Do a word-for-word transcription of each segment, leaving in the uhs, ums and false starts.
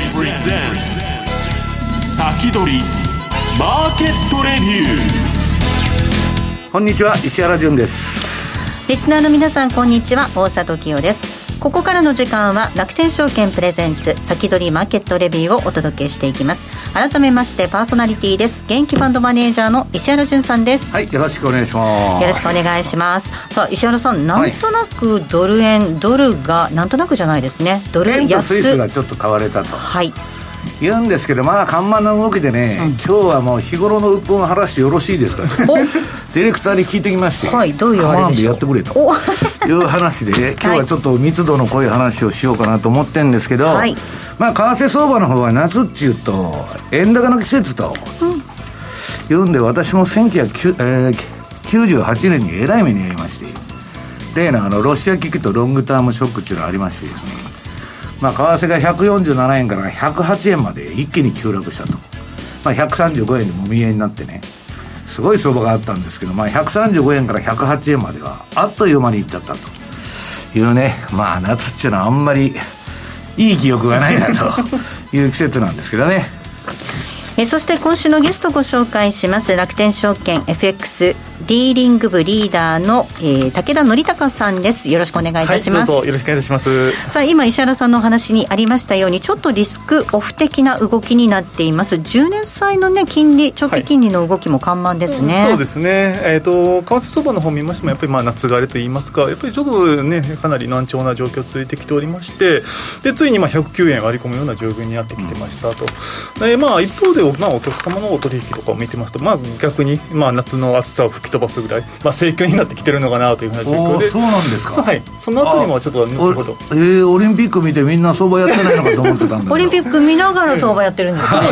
先取りマーケットレビュー。こんにちは、石原潤です。 リスナーの皆さん、こんにちは、大里清です。ここからの時間は楽天証券プレゼンツ先取りマーケットレビューをお届けしていきます。改めましてパーソナリティです。元気ファンドマネージャーの石原潤さんです。 はい、よろしくお願いします。 よろしくお願いします。さあ、石原さん、なんとなくドル円、はい、ドルがなんとなくじゃないですね、ドル安、 円とスイスがちょっと買われたと、 はい、 言うんですけど、まあ緩慢な動きでね、うん、今日はもう日頃の鬱憤を晴らしてよろしいですから、ね、ディレクターに聞いてきまして、 はい、どういうあれでしょう、 カマンでやってくれという話で、今日はちょっと密度の濃い話をしようかなと思ってるんですけど、はい、まあ為替相場の方は夏っちゅうと円高の季節と、うん、言うんで、私もせんきゅうひゃくきゅうじゅうはちねんにえらい目に遭いまして、例のあのロシア危機とロングタームショックっていうのがありましてですね、まあ、為替がひゃくよんじゅうななえんからひゃくはちえんまで一気に急落したと、まあ、ひゃくさんじゅうごえんでもみ合いになってね、すごい相場があったんですけど、まあ、ひゃくさんじゅうごえんからひゃくはちえんまではあっという間にいっちゃったというね、まあ夏っていうのはあんまりいい記憶がないなという季節なんですけどね。 えそして今週のゲストをご紹介します。楽天証券 エフエックス ディーリング部リーダーの、えー、武田則孝さんです。よろしくお願いいたします。 はい、どうぞよろしくお願いいたします。 さあ、今石原さんのお話にありましたように、ちょっとリスクオフ的な動きになっています。じゅうねん債の、ね、金利、長期金利の動きも緩慢ですね。 はい、そうですね、えーと、為替相場の方を見ましても、やっぱりまあ夏枯れといいますか、やっぱりちょっとね、かなり難聴な状況続いてきておりまして、でついにまあひゃくきゅうえん割り込むような状況になってきてましたと。で、まあ、一方で、まあ、お客様のお取引とかを見てますと、まあ、逆に、まあ、夏の暑さを吹き飛ばすぐらい、まあ、盛況になってきてるのかなというふうな状況で。 そうなんですか。 はい、そのあたりもちょっと後ほど。 えー、オリンピック見てみんな相場やってないのかと思ってたんだけどオリンピック見ながら相場やってるんですかね。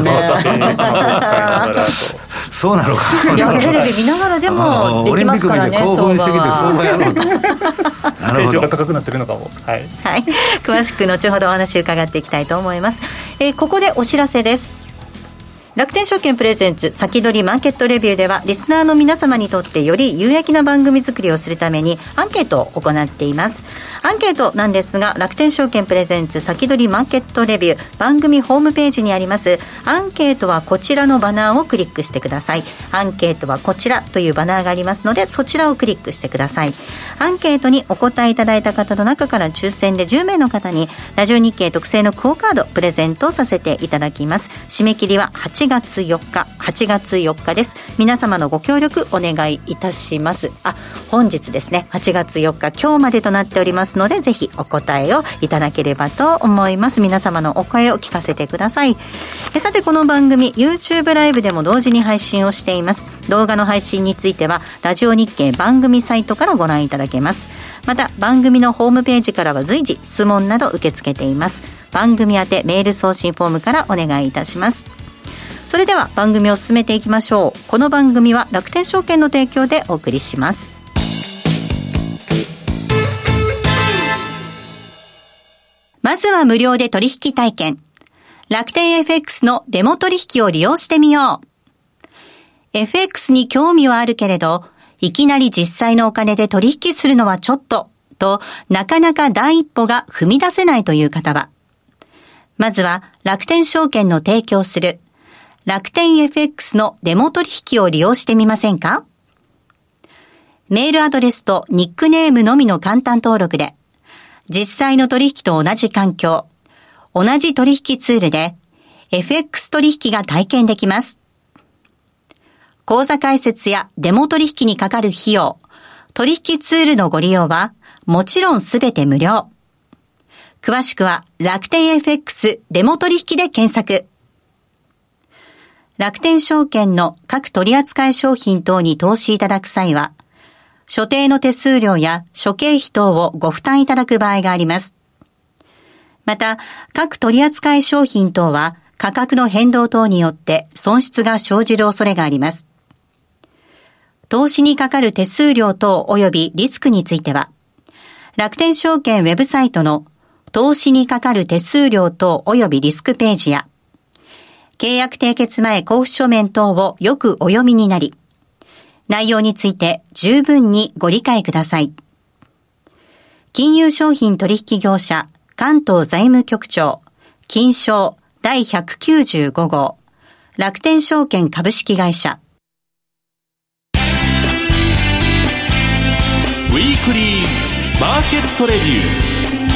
そうなのか。 いや、テレビ見ながらでもできますからね。 興奮してきて相場やろうと。なるほど。 テンションが高くなってるのかも。はい、 はい、詳しく後ほどお話を伺っていきたいと思います。えー、ここでお知らせです。楽天証券プレゼンツ先取りマーケットレビューでは、リスナーの皆様にとってより有益な番組作りをするためにアンケートを行っています。アンケートなんですが、楽天証券プレゼンツ先取りマーケットレビュー番組ホームページにありますアンケートはこちらのバナーをクリックしてください。アンケートはこちらというバナーがありますので、そちらをクリックしてください。アンケートにお答えいただいた方の中から抽選でじゅうめいの方にラジオ日経特製のクオカードプレゼントさせていただきます。締め切りははちがつよっか、はちがつよっかです。皆様のご協力お願いいたします。あ、本日ですね、はちがつよっか、今日までとなっておりますので、ぜひお答えをいただければと思います。皆様のお声を聞かせてください。えさて、この番組 YouTube ライブでも同時に配信をしています。動画の配信についてはラジオ日経番組サイトからご覧いただけます。また番組のホームページからは随時質問など受け付けています。番組宛てメール送信フォームからお願いいたします。それでは番組を進めていきましょう。この番組は楽天証券の提供でお送りします。まずは無料で取引体験。楽天 エフエックス のデモ取引を利用してみよう。エフエックス に興味はあるけれど、いきなり実際のお金で取引するのはちょっと、となかなか第一歩が踏み出せないという方は、まずは楽天証券の提供する楽天 エフエックス のデモ取引を利用してみませんか？メールアドレスとニックネームのみの簡単登録で、実際の取引と同じ環境、同じ取引ツールで エフエックス 取引が体験できます。口座開設やデモ取引にかかる費用、取引ツールのご利用はもちろんすべて無料。詳しくは楽天 エフエックス デモ取引で検索。楽天証券の各取扱い商品等に投資いただく際は、所定の手数料や諸経費等をご負担いただく場合があります。また、各取扱い商品等は価格の変動等によって損失が生じる恐れがあります。投資にかかる手数料等及びリスクについては、楽天証券ウェブサイトの投資にかかる手数料等及びリスクページや、契約締結前交付書面等をよくお読みになり、内容について十分にご理解ください。金融商品取引業者関東財務局長金商だいひゃくきゅうじゅうご号楽天証券株式会社。 ウィークリーマーケットレビュー。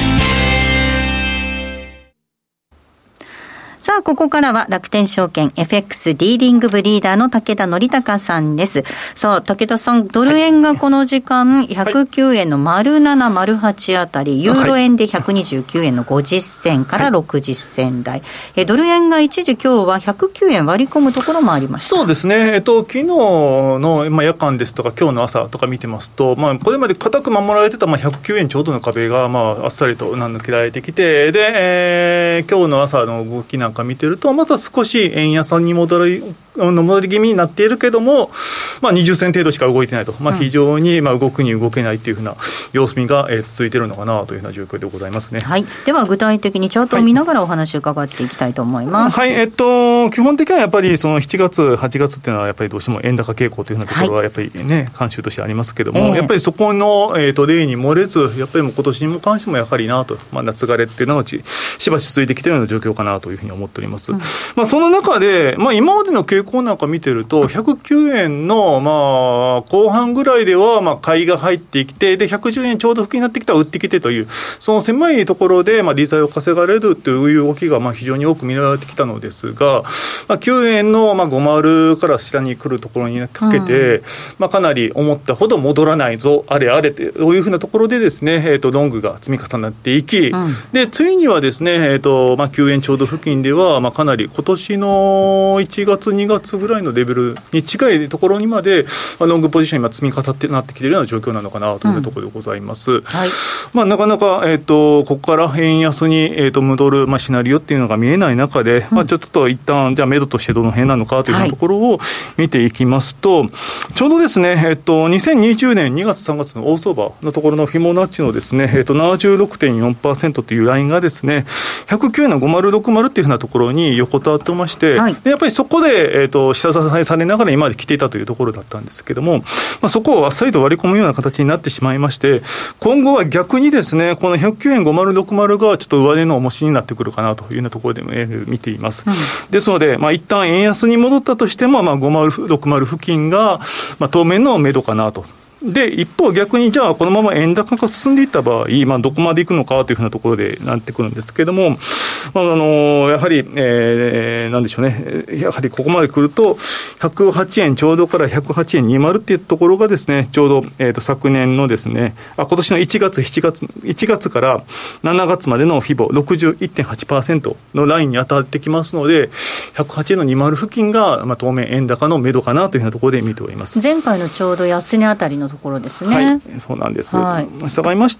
さあ、ここからは楽天証券 エフエックス ディーリング部リーダーの武田則孝さんです。さあ、武田さん、ドル円がこの時間ひゃくきゅうえんの丸なな、丸はちあたり、ユーロ円でひゃくにじゅうきゅうえんのごじゅっ銭からろくじゅっ銭台、えドル円が一時今日はひゃくきゅうえん割り込むところもありました。 そうですね、えっと、昨日の、まあ、夜間ですとか今日の朝とか見てますと、まあ、これまで固く守られてた、まあ、ひゃくきゅうえんちょうどの壁が、まあ、あっさりと抜けられてきて、で、えー、今日の朝の動きなんか見てるとまた少し円安に戻り戻り気味になっているけども、まあ、にじゅっ銭程度しか動いてないと、まあ、非常にまあ動くに動けないというふうな様子見がえ続いているのかなというような状況でございますね。 はい、では具体的にチャートを見ながらお話を伺っていきたいと思います。 はい、はい、えっと、基本的にはやっぱりそのしちがつ、はちがつっていうのはやっぱりどうしても円高傾向というようなところはやっぱりね、慣習としてありますけども、えー、やっぱりそこの、えー、と例に漏れず、やっぱりもう今年にも関してもやはりなと、まあ、夏枯れっていうのがしばし続いてきているような状況かなというふうに思っております。うん、まあ、その中で、まあ、今までの傾向なんか見てるとひゃくきゅうえんの、まあ、後半ぐらいでは、まあ、買いが入ってきて、でひゃくじゅうえんちょうど付近になってきたら売ってきてという、その狭いところで、まあ、利材を稼がれるという動きが、まあ、非常に多く見られてきたのですが、まあ、きゅうえんの、まあ、ごじゅうから下に来るところにかけて、うん、まあ、かなり思ったほど戻らないぞ、あれあれというふうなところでですね、えーと、ロングが積み重なっていき、うん、でついにはですね、えーとまあ、きゅうえんちょうど付近では、まあ、かなり今年のいちがつにがつぐらいのレベルに近いところにまで、まあ、ロングポジション今積み重なってなってきているような状況なのかなというところでございます。うん、はい、まあ、なかなか、えーと、ここから円安に、えーと、戻る、まあ、シナリオっていうのが見えない中で、うん、まあ、ちょっと一旦じゃあ目処としてどの辺なのかというようなところを見ていきますと、はい、ちょうどですね、えーと、にせんにじゅうねんにがつさんがつの大相場のところのフィボナッチのですね、えーと、ななじゅうろくてんよんパーセント というラインがですね、ひゃくきゅうえんのごじゅうろくじゅうっていうふうなところに横たわってまして、はい、でやっぱりそこで、えーと、下支えされながら今まで来ていたというところだったんですけども、まあ、そこをあっさりと割り込むような形になってしまいまして、今後は逆にですね、このひゃくきゅうえんごじゅうろくじゅうがちょっと上値の重しになってくるかなというようなところで、えー、見ています。うん、ですので、まあ、一旦円安に戻ったとしても、まあ、ごじゅうろくじゅう付近が、まあ、当面の目処かなと。で一方逆にじゃあこのまま円高が進んでいった場合、まあ、どこまでいくのかというふうなところでなってくるんですけれども、まあ、あのやはり、えー、なんでしょうね、やはりここまで来るとひゃくはちえんちょうどからひゃくはちえんにじゅうっていうところがですね、ちょうど、えー、と昨年のですね、あ今年のいちがつしちがついちがつからしちがつまでのフィボ ろくじゅういってんはちパーセント のラインに当たってきますので、ひゃくはちえんのにじゅう付近が、まあ、当面円高の目処かなというふうなところで見ております。 前回のちょうど安値あたりのところですね。 はい、そうなんです。はい、従いまして、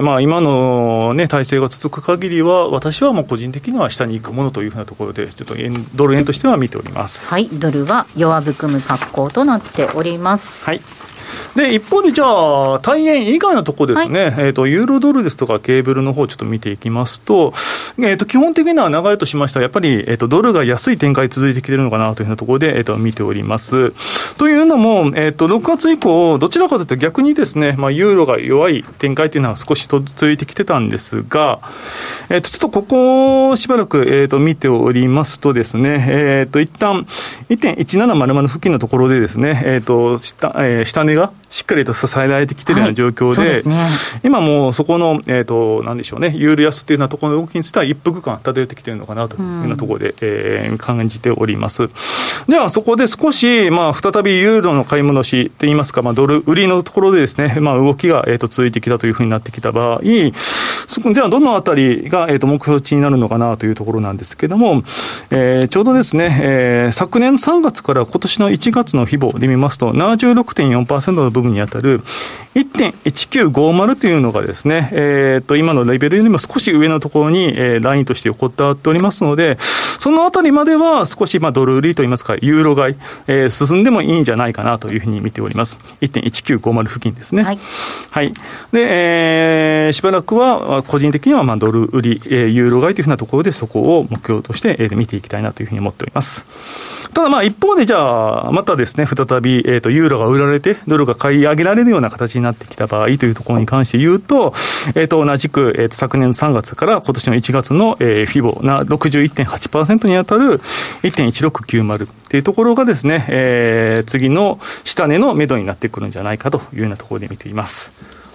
まあ、今の、ね、体制が続く限りは私はもう個人的には下に行くものというふうなところでちょっと円ドル円としては見ております。 はい、ドルは弱含む格好となっております。 はい、で一方でじゃあ対円以外のところですね、はい、えーと、ユーロドルですとかケーブルの方をちょっと見ていきますと、えーと、基本的な流れとしましてはやっぱり、えーと、ドルが安い展開続いてきているのかなというふうなところで、えーと、見ております。というのも、えーと、ろくがつ以降どちらかというと逆にですね、まあ、ユーロが弱い展開というのは少し続いてきてたんですが、えーと、ちょっとここをしばらく、えーと、見ておりますとですね、えーと、一旦 いってんいちななまるまる 付近のところでですね、えーと、下、えー、下値がしっかりと支えられてきているような状況で、はい、でね、今もうそこの、えーと、なんでしょうね、ユーロ安というようなところの動きについては一服感漂ってきているのかなというようなところで、うん、えー、感じております。ではそこで少し、まあ、再びユーロの買い戻しといいますか、まあ、ドル売りのところでですね、まあ、動きが、えーと、続いてきたというふうになってきた場合、そこではどのあたりが、えーと、目標値になるのかなというところなんですけども、えー、ちょうどですね、えー、昨年さんがつから今年のいちがつのフィボで見ますと ななじゅうろくてんよんパーセント の部分に当たる いってんいちきゅうごまる というのがですね、えー、と今のレベルよりも少し上のところに、えー、ラインとして横たわっておりますので、そのあたりまでは少し、まあ、ドル売りといいますかユーロ買い、えー、進んでもいいんじゃないかなというふうに見ております。 いってんいちきゅうごまる 付近ですね。はい、はい、で、えー、しばらくは個人的にはまあドル売り、えー、ユーロ買いというふうなところでそこを目標として、えー、見ていきたいなというふうに思っております。ただまあ一方でじゃあまたですね再び、えー、とユーロが売られてドルが買い上げられるような形にななってきた場合というところに関して言うと、えー、と同じく、えー、と昨年のさんがつから今年のいちがつの、えー、フィボな ろくじゅういってんはちパーセント に当たる いってんいちろくきゅうまる っていうところがですね、えー、次の下値の目処になってくるんじゃないかというようなところで見ています。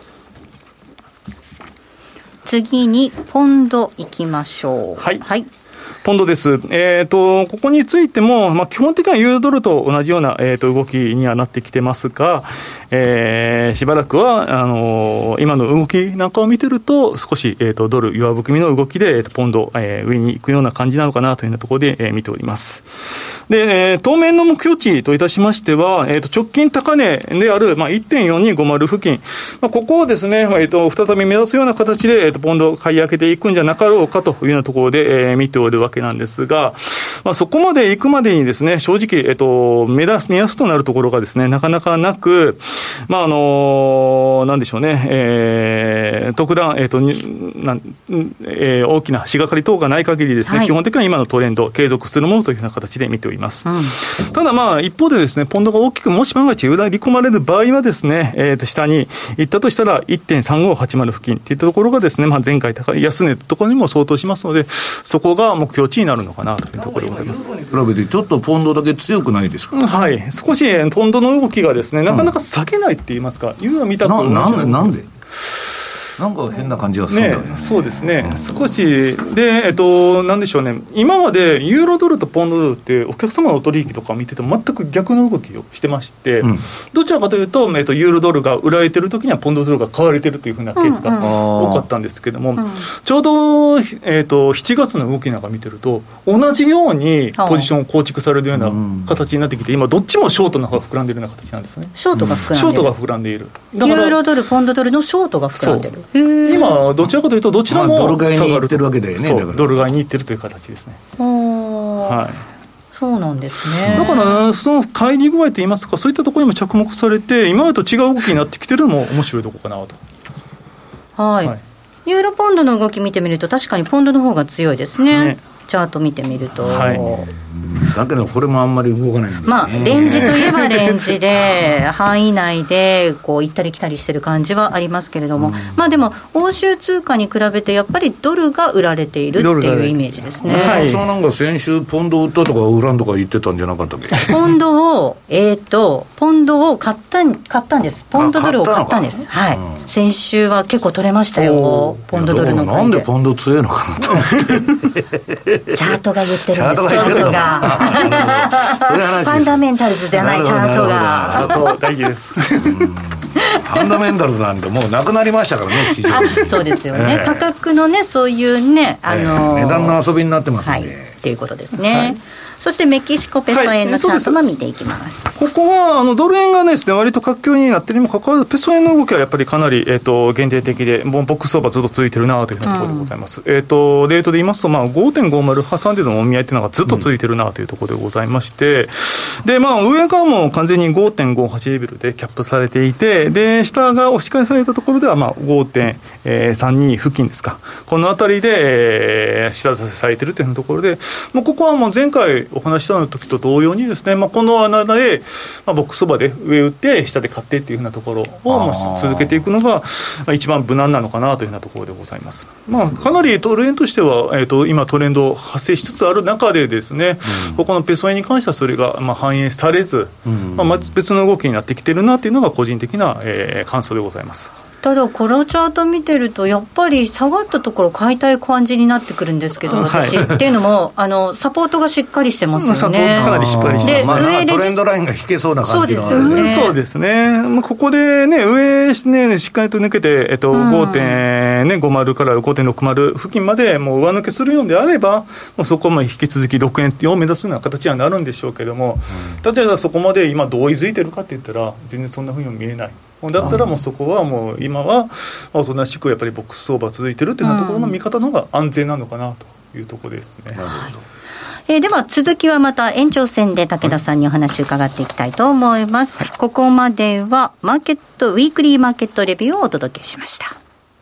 次にポンドいきましょう。 はい、はい、ポンドです。えーと、ここについても、まあ、基本的にはユーロドルと同じような、えーと、動きにはなってきてますが、えー、しばらくはあのー、今の動きなんかを見てると少し、えーと、ドル弱含みの動きで、えーと、ポンド、えー、上に行くような感じなのかなというようなところで、えー、見ております。で、えー、当面の目標値といたしましては、えーと、直近高値である、まあ、いってんよんにごまる 付近、まあ、ここをですね、まあえーと、再び目指すような形で、えーと、ポンド買い上げていくんじゃなかろうかというようなところで、えー、見ておるわけなんですが、まあ、そこまで行くまでにですね、正直、えーと、目指す目安となるところがですね、なかなかなく、まあ、あの、なんでしょうね、えー、特段、えっと、なん、えー、大きな仕掛かり等がない限りですね、はい、基本的には今のトレンドを継続するものというような形で見ております。うん、ただまあ、一方でですね、ポンドが大きく、もし万が一売り込まれる場合はですね、えーと、下に行ったとしたら いってんさんごはちまる 付近といったところがですね、まあ、前回高い安値のところにも相当しますので、そこが目標値になるのかなというところでございます。 ユーロに比べてちょっとポンドだけ強くないですか？ はい。少しポンドの動きがですね、なかなか避けないって言いますか、いうのは見たことない。 な、なんでなんか変な感じがするんだよね。 ね、そうですね、うん、少しで、えっと、なんでしょうね、今までユーロドルとポンドドルってお客様の取引とかを見てて全く逆の動きをしてまして、うん、どちらかというと、えっと、ユーロドルが売られてる時にはポンドドルが買われてるというふうなケースが多かったんですけども、うんうん、ちょうど、えっと、しちがつの動きなんか見てると同じようにポジションを構築されるような形になってきて、今どっちもショートの方が膨らんでいるような形なんですね。 ショートが膨らんでいる、 ショートが膨らんでいる。 だからユーロドルポンドドルのショートが膨らんでる。 今どちらかというとどちらもドル買いに行ってるわけだよね。 そう、ドル買いに行ってるという形ですね。 はい、そうなんですね。 だからその乖離具合といいますか、そういったところにも着目されて、今までと違う動きになってきてるのも面白いところかなと。 はい、はい、ユーロポンドの動き見てみると確かにポンドの方が強いですね。ね、チャート見てみると、はい、 だけどこれもあんまり動かないんだよね。 まあ、レンジといえばレンジで範囲内でこう行ったり来たりしてる感じはありますけれども、うん、まあでも欧州通貨に比べてやっぱりドルが売られているっていうイメージですね。 はい、そうなんか先週ポンド売ったとか売らんとか言ってたんじゃなかったっけ？ ポンドをえっ、ー、とポンドを買った買ったんです。ポンドドルを買ったんです。はい、うん、先週は結構取れましたよ、ポンドドルの買いで。 なんでポンド強いのかなと思ってチャートが言ってるんです。チャートがファンダメンタルズじゃないチャートがチャート大事です。 ファンダメンタルズなんてもうなくなりましたからね、市場に。 そうですよね、えー、価格のね、そういうね、あのーえー、値段の遊びになってますんで、はい、 ということですね。はい、そしてメキシコペソ円のチャートも見ていきます。 はい、ここはあのドル円がですね、割と活況になっているにもかかわらず、ペソ円の動きはやっぱりかなり、えー、と限定的で、もうボックス相場ずっと続いてるなというところでございます。うん、えー、とレートで言いますと、まあ、ごてんごまる 挟んでのもみ合いというのがずっと続いてるなというところでございまして、うん、でまあ、上側も完全に ごてんごはち レベルでキャップされていて、で下が押し返されたところでは、まあ、ごてんさんに 付近ですか、このあたりで、えー、下支えされているというところで、もうここはもう前回お話したの時と同様にですね、まあ、この穴で、まあ、ボックスそばで上打って下で買ってっていうふうなところをまあ続けていくのが、まあ、一番無難なのかなというようなところでございます。まあ、かなりトレンドとしては、えー、と今トレンド発生しつつある中でですね、うん、ここのペソ円に関してはそれがまあ反映されず、うんまあ、別の動きになってきてるなというのが個人的な、えー、感想でございます。 ただこのチャート見てるとやっぱり下がったところ買いたい感じになってくるんですけど、私、はい、っていうのもあのサポートがしっかりしてますよね。サポートかなりしっかりしてます。 まあ、上トレンドラインが引けそうな感じの、 そうですよね。 そうですね。ここでね、上ねしっかりと抜けて、えっと、うん、ごてんごまる から ごてんろくまる 付近までもう上抜けするようであれば、もうそこまで引き続きろくえんを目指すような形にはなるんでしょうけども、うん、例えばそこまで今同意づいてるかって言ったら全然そんなふうにも見えない。だったらもうそこはもう今はおとなしくやっぱりボックス相場続いてるっていうところの見方の方が安全なのかなというところですね。うん、はい、 えー、では続きはまた延長戦で武田さんにお話を伺っていきたいと思います。はい、ここまではマーケットウィークリーマーケットレビューをお届けしました。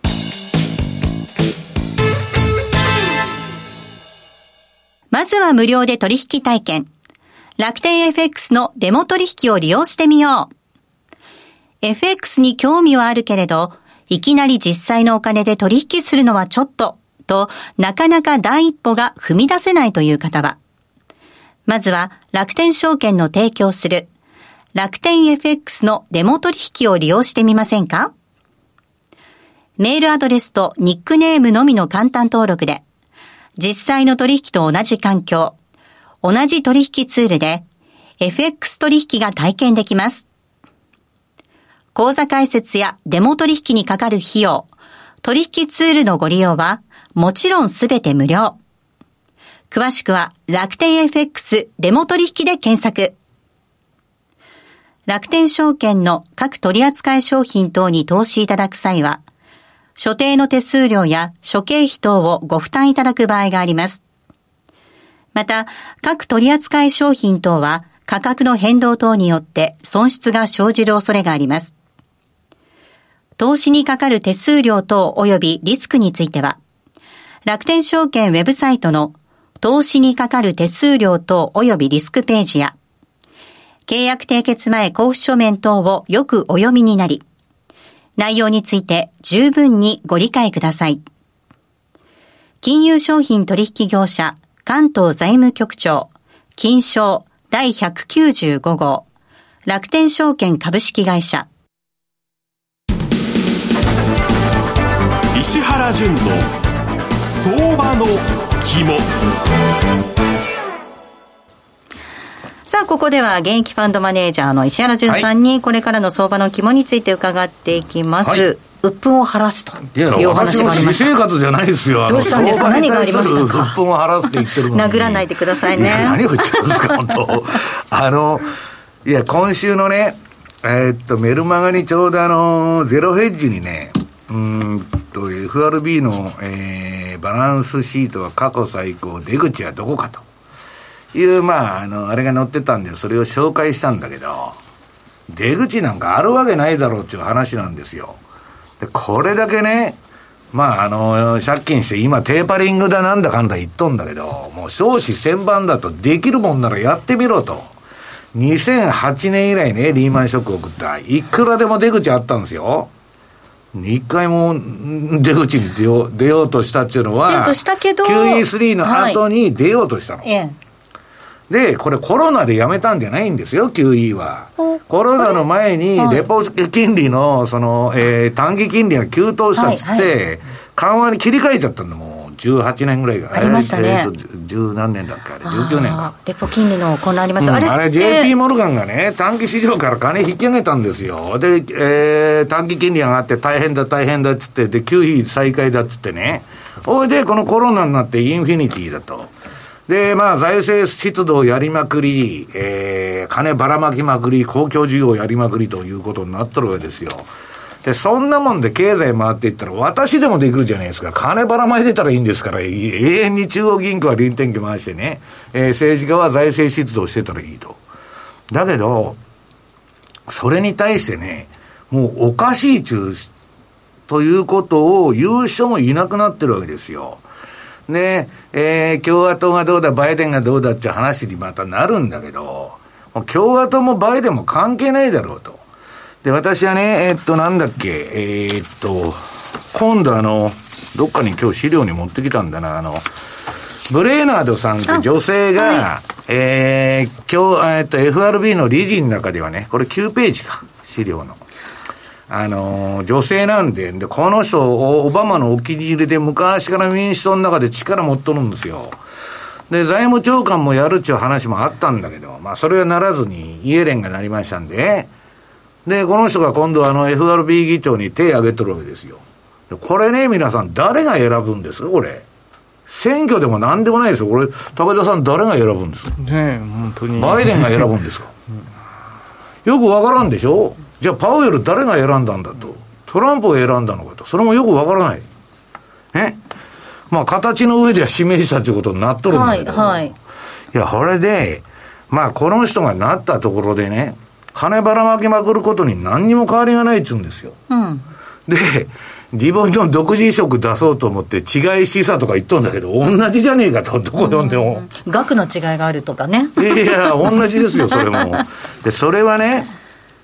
まずは無料で取引体験、楽天 エフエックス のデモ取引を利用してみよう。 エフエックス に興味はあるけれど、いきなり実際のお金で取引するのはちょっと、と、なかなか第一歩が踏み出せないという方は、まずは楽天証券の提供する楽天 エフエックス のデモ取引を利用してみませんか？メールアドレスとニックネームのみの簡単登録で、実際の取引と同じ環境、同じ取引ツールで エフエックス 取引が体験できます。口座開設やデモ取引にかかる費用、取引ツールのご利用はもちろんすべて無料。詳しくは楽天 エフエックス デモ取引で検索。楽天証券の各取扱い商品等に投資いただく際は、所定の手数料や諸経費等をご負担いただく場合があります。また、各取扱い商品等は価格の変動等によって損失が生じる恐れがあります。投資にかかる手数料等及びリスクについては、楽天証券ウェブサイトの投資にかかる手数料等及びリスクページや、契約締結前交付書面等をよくお読みになり、内容について十分にご理解ください。金融商品取引業者関東財務局長金商だいひゃくきゅうじゅうご号楽天証券株式会社。 石原淳の相場の肝。 さあ、ここでは現役ファンドマネージャーの石原淳さんにこれからの相場の肝について伺っていきます。はい、鬱憤を晴らすというお話がありました。 私の私生活じゃないですよ。 どうしたんですか？何がありましたか？ 鬱憤を晴らすって言ってるのに殴らないでくださいね。 いや、何を言ってるんですか本当あのいや今週のねえー、っとメルマガにちょうどあのゼロヘッジにねうーんと エフアールビー の、えー、バランスシートは過去最高、出口はどこかというまああのあれが載ってたんでそれを紹介したんだけど、出口なんかあるわけないだろうっていう話なんですよ。でこれだけねまああの借金して今テーパリングだなんだかんだ言っとんだけど、もう少子千万だとできるもんならやってみろと。にせんはちねん以来ねリーマンショックを送ったいくらでも出口あったんですよ。一回も出口に出よう、出ようとしたっていうのは出ようとしたけどキューイースリー の後に出ようとしたの、はい、でこれコロナでやめたんじゃないんですよ キューイー は。コロナの前にレポ金利のその、えー、短期金利が急騰したっつって、はいはい、緩和に切り替えちゃったんだもん。じゅうはちねんぐらいがありましたね。 えー、と十何年だっけあれじゅうきゅうねんか。 レポ金利の混乱あります、うん、あれあれ ジェーピー モルガンがね短期市場から金引き上げたんですよ。で、えー、短期金利上がって大変だ大変だっつってで キューイー 再開だっつってね、それでこのコロナになってインフィニティだと。でまあ財政出動をやりまくり、えー、金ばらまきまくり公共事業をやりまくりということになってるわけですよ。でそんなもんで経済回っていったら私でもできるじゃないですか。金ばらまいてたらいいんですから、永遠に中央銀行は臨転機回してね、えー、政治家は財政出動してたらいいと。だけどそれに対してねもうおかしい中ということを言う人もいなくなってるわけですよ。で、えー、共和党がどうだバイデンがどうだって話にまたなるんだけど、共和党もバイデンも関係ないだろうと。で私はねえー、っとなんだっけえー、っと今度あのどっかに今日資料に持ってきたんだな、あのブレーナードさんって女性が、はい、えー、今日、えー、っと エフアールビー の理事の中ではねこれきゅうページか資料のあの女性なんで、でこの人オバマのお気に入りで昔から民主党の中で力持っとるんですよ。で財務長官もやるっちゅう話もあったんだけど、まあそれはならずにイエレンがなりましたんで、でこの人が今度あの エフアールビー 議長に手を挙げとるわけですよ。これね皆さん誰が選ぶんですか？これ選挙でも何でもないですよ。これ高田さん誰が選ぶんですか？ ねえ本当にバイデンが選ぶんですか？よくわからんでしょ。じゃあパウエル誰が選んだんだと、トランプを選んだのかと、それもよくわからないね。まあ形の上では指名したということになっとるんだけど、はいはい、いやこれでまあこの人がなったところでね金ばらまきまくることに何にも変わりがないっつうんですよ、うん、で自分の独自色出そうと思って違いしさとか言っとんだけど同じじゃねえかと、どこ読んでも、 うん、額の違いがあるとかね。 いや同じですよそれも。でそれはね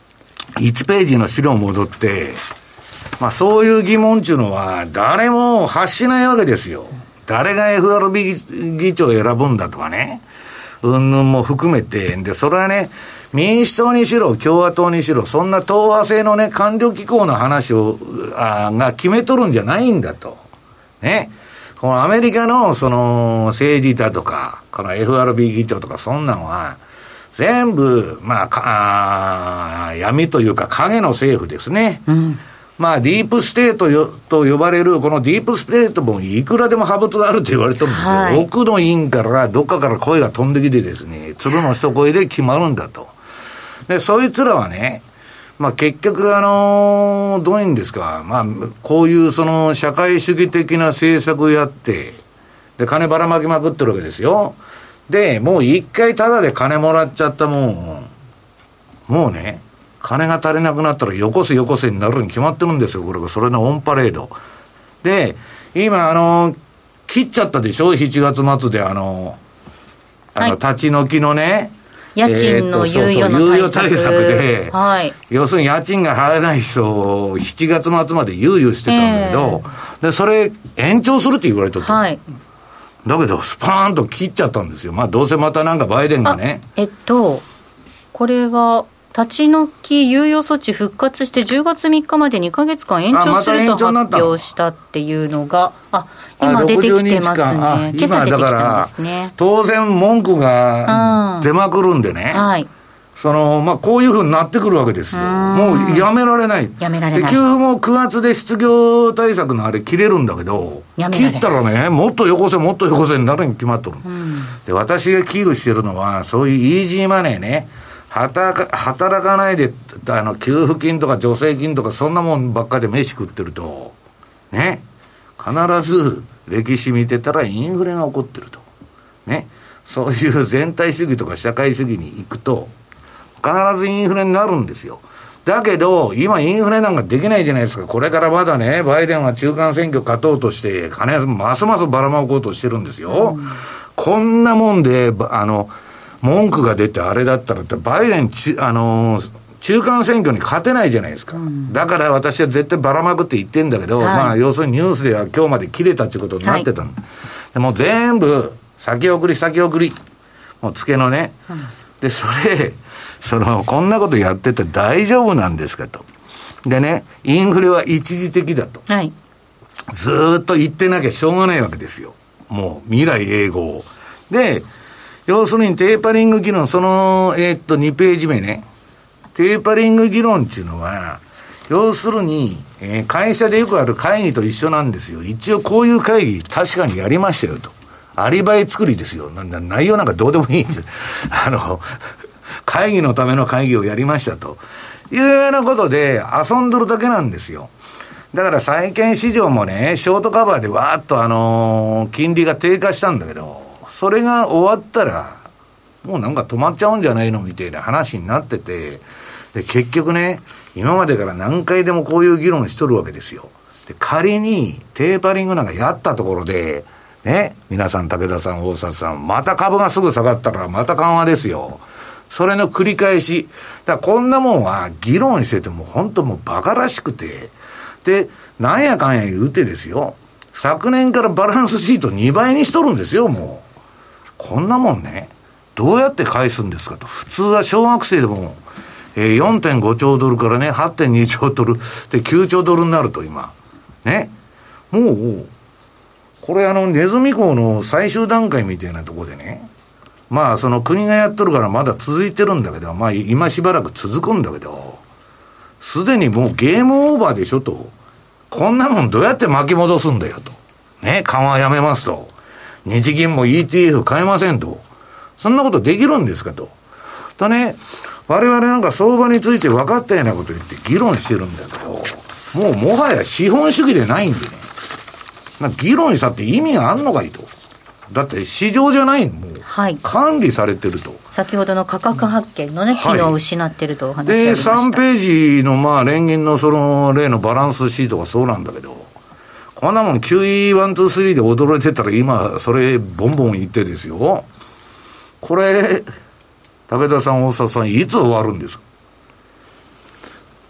いちページの資料戻って、まあそういう疑問っていうのは誰も発しないわけですよ。誰が エフアールビー 議長を選ぶんだとかね、うんぬんも含めて、で、それはね、民主党にしろ共和党にしろ、そんな党派制のね、官僚機構の話を、あが決めとるんじゃないんだと。ね。このアメリカのその政治だとか、この エフアールビー 議長とかそんなのは、全部、まあ、かあ闇というか影の政府ですね。うん、まあ、ディープステートよと呼ばれる、このディープステートもいくらでも派閥があると言われてるんですよ。はい、奥の院からどっかから声が飛んできてですね、鶴の一声で決まるんだと。で、そいつらはね、まあ結局あのー、どういうんですか、まあこういうその社会主義的な政策をやって、で、金ばらまきまくってるわけですよ。で、もう一回タダで金もらっちゃったもん、もうね、金が足りなくなったらよこせよこせになるに決まってるんですよ、これが。それのオンパレード。で、今あのー、切っちゃったでしょ、しちがつ末であのー、あの、立ち退きのね、 家賃の猶予の対策、 えー、そうそう猶予対策で、 はい、 要するに家賃が払えない人をしちがつ末まで猶予してたんだけど、えー、でそれ延長するって言われとった、はい、だけどスパーンと切っちゃったんですよ。まあどうせまたなんかバイデンがね、 えっとこれは立ち退き猶予措置復活してじゅうがつみっかまでにかげつかん延長すると発表したっていうのが、あ、今出てきてますね。今朝出てきたんですね。 当然文句が出まくるんでね、はい、そのまあこういうふうになってくるわけですよ。もうやめられない。 やめられない。 給付もくがつで失業対策のあれ切れるんだけど、切ったらね、もっとよこせもっとよこせになるに決まっとる。で、私が危惧してるのはそういうイージーマネーね、働か、働かないであの給付金とか助成金とかそんなもんばっかりで飯食ってるとね、必ず歴史見てたらインフレが起こってるとね、そういう全体主義とか社会主義に行くと必ずインフレになるんですよ。だけど今インフレなんかできないじゃないですか。これからまだね、バイデンは中間選挙勝とうとして金ますますばらまこうとしてるんですよ、うん、こんなもんであの文句が出てあれだったらってバイデンちあのー中間選挙に勝てないじゃないですか、うん、だから私は絶対ばらまくって言ってんだけど、はい、まあ要するにニュースでは今日まで切れたっていうことになってたの、はい、でもう全部先送り先送りもう付けのね、うん、でそれそのこんなことやってて大丈夫なんですかと。でね、インフレは一時的だと、はい、ずーっと言ってなきゃしょうがないわけですよ、もう未来永劫で。要するにテーパリング議論、そのえー、っとにページ目ね、テーパリング議論っていうのは要するに、えー、会社でよくある会議と一緒なんですよ。一応こういう会議確かにやりましたよと、アリバイ作りですよ。なんだ内容なんかどうでもいいんですあの会議のための会議をやりましたというようなことで遊んどるだけなんですよ。だから債券市場もね、ショートカバーでわーっとあのー、金利が低下したんだけど、それが終わったらもうなんか止まっちゃうんじゃないのみたいな話になってて、で結局ね、今までから何回でもこういう議論しとるわけですよ。で仮にテーパリングなんかやったところでね、皆さん、武田さん、大里さん、また株がすぐ下がったらまた緩和ですよ。それの繰り返しだから、こんなもんは議論してても本当もうバカらしくて、でなんやかんや言うてですよ、昨年からバランスシートにばいにしとるんですよ。もうこんなもんね、どうやって返すんですかと。普通は小学生でも、えー、よんてんごちょうドルからね はってんにちょうドルできゅうちょうドルになると今ね、もうこれあのネズミ講の最終段階みたいなところでね、まあその国がやっとるからまだ続いてるんだけど、まあ今しばらく続くんだけど、すでにもうゲームオーバーでしょと。こんなもんどうやって巻き戻すんだよとね、緩和やめますと、日銀も イーティーエフ 買えませんと、そんなことできるんですかと。とね、我々なんか相場について分かったようなこと言って議論してるんだけど、もうもはや資本主義でないんでね、まあ、議論したって意味があんのかいと。だって市場じゃないの、もう、はい、管理されてると。 先ほどの価格発見のね、機能を失ってるとお話しありました。 でさんページのまあ連銀のその例のバランスシートがそうなんだけど、こんなもん キューイーワンツースリー で驚いてたら今それボンボン言ってですよ、これ武田さん大里さんいつ終わるんですか。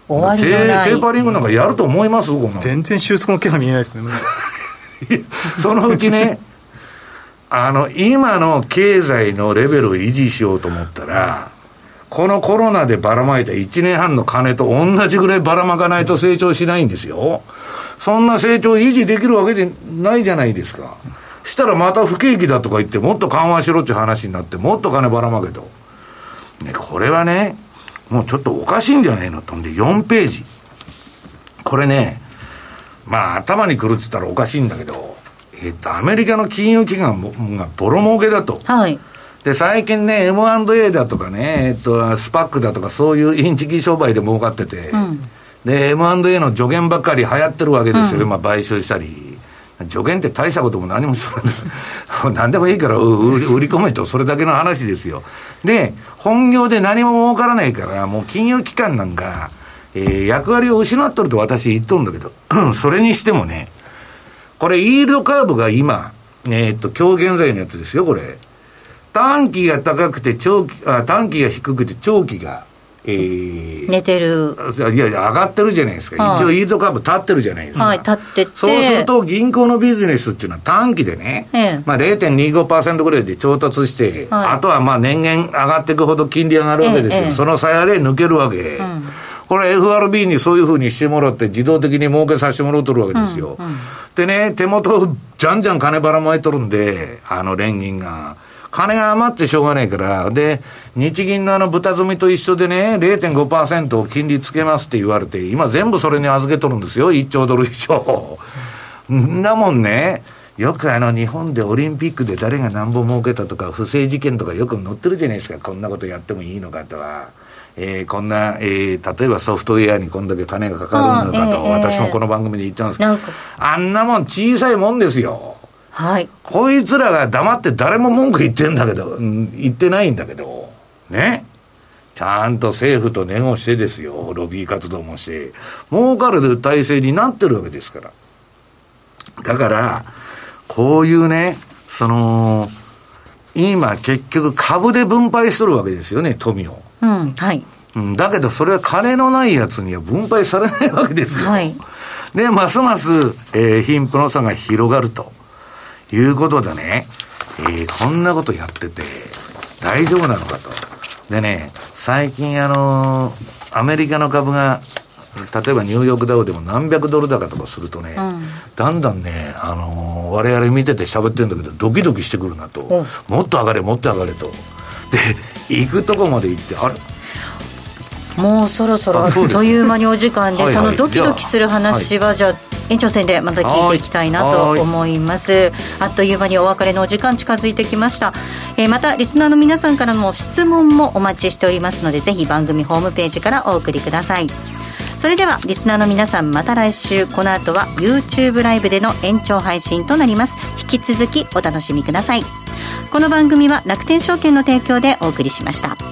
終わりのないテーパリングなんかやると思います、うん、こんな全然収束の気配見えないですねそのうちねあの今の経済のレベルを維持しようと思ったら、このコロナでばらまいたいちねんはんの金と同じぐらいばらまかないと成長しないんですよ。そんな成長を維持できるわけでないじゃないですか。したらまた不景気だとか言ってもっと緩和しろっていう話になってもっと金ばらまけと、ね、これはねもうちょっとおかしいんじゃないのとんでよんページ、これねまあ頭にくるっつったらおかしいんだけど、えっとアメリカの金融機関がボロ儲けだと、 はい、 で最近ね エムアンドエー だとかね、えっと、スパックだとかそういうインチキ商売で儲かってて、うん、で エムアンドエー の助言ばっかり流行ってるわけですよ、うん、まあ買収したり。助言って大したことも何もしない何でもいいから売り込めと、それだけの話ですよ。で本業で何も儲からないからもう金融機関なんか、えー、役割を失っとると私言っとるんだけどそれにしてもね、これイールドカーブが今えー、っと今日現在のやつですよ。これ短期が高くて長期あ短期が低くて長期がえー、 寝てる。 いやいや上がってるじゃないですか、はい、一応イールドカーブ立ってるじゃないですか、 はい、立ってて、 そうすると銀行のビジネスっていうのは短期でね、ええまあ、ゼロてんにごパーセント ぐらいで調達して、はい、あとはまあ年々上がっていくほど金利上がるわけですよ、ええ、その鞘で抜けるわけ、うん、これ エフアールビー にそういうふうにしてもらって自動的に儲けさせてもらうとるわけですよ、うんうん、でね手元じゃんじゃん金ばらまいとるんで、あの連銀が金が余ってしょうがないから、で日銀のあの豚積みと一緒でね ゼロてんごパーセント を金利つけますって言われて今全部それに預けとるんですよ、いっちょうドル以上んなもんね。よくあの日本でオリンピックで誰が何本儲けたとか不正事件とかよく載ってるじゃないですか。こんなことやってもいいのかとは、えー、こんな、えー、例えばソフトウェアにこんだけ金がかかるのかと、えー、私もこの番組で言ってますけど、あんなもん小さいもんですよ。はい、こいつらが黙って誰も文句言ってんだけど、うん、言ってないんだけどね、ちゃんと政府とネゴしてですよ、ロビー活動もして儲かる体制になってるわけですから。だからこういうね、その今結局株で分配するわけですよね、富を、うんはいうん、だけどそれは金のないやつには分配されないわけですよ、はい、でますます、えー、貧富の差が広がるということでね、えー、こんなことやってて大丈夫なのかと。でね、最近あのー、アメリカの株が例えばニューヨークダウでも何百ドル高とかするとね、うん、だんだんね、あのー、我々見てて喋ってるんだけどドキドキしてくるなと、うん、もっと上がれもっと上がれと。で行くとこまで行って、あれもうそろそろあっという間にお時間で、はいはい、そのドキドキする話はじゃあ延長戦でまた聞いていきたいなと思います。あっという間にお別れのお時間近づいてきました、えー、またリスナーの皆さんからの質問もお待ちしておりますので、ぜひ番組ホームページからお送りください。それではリスナーの皆さん、また来週。この後は YouTube ライブでの延長配信となります。引き続きお楽しみください。この番組は楽天証券の提供でお送りしました。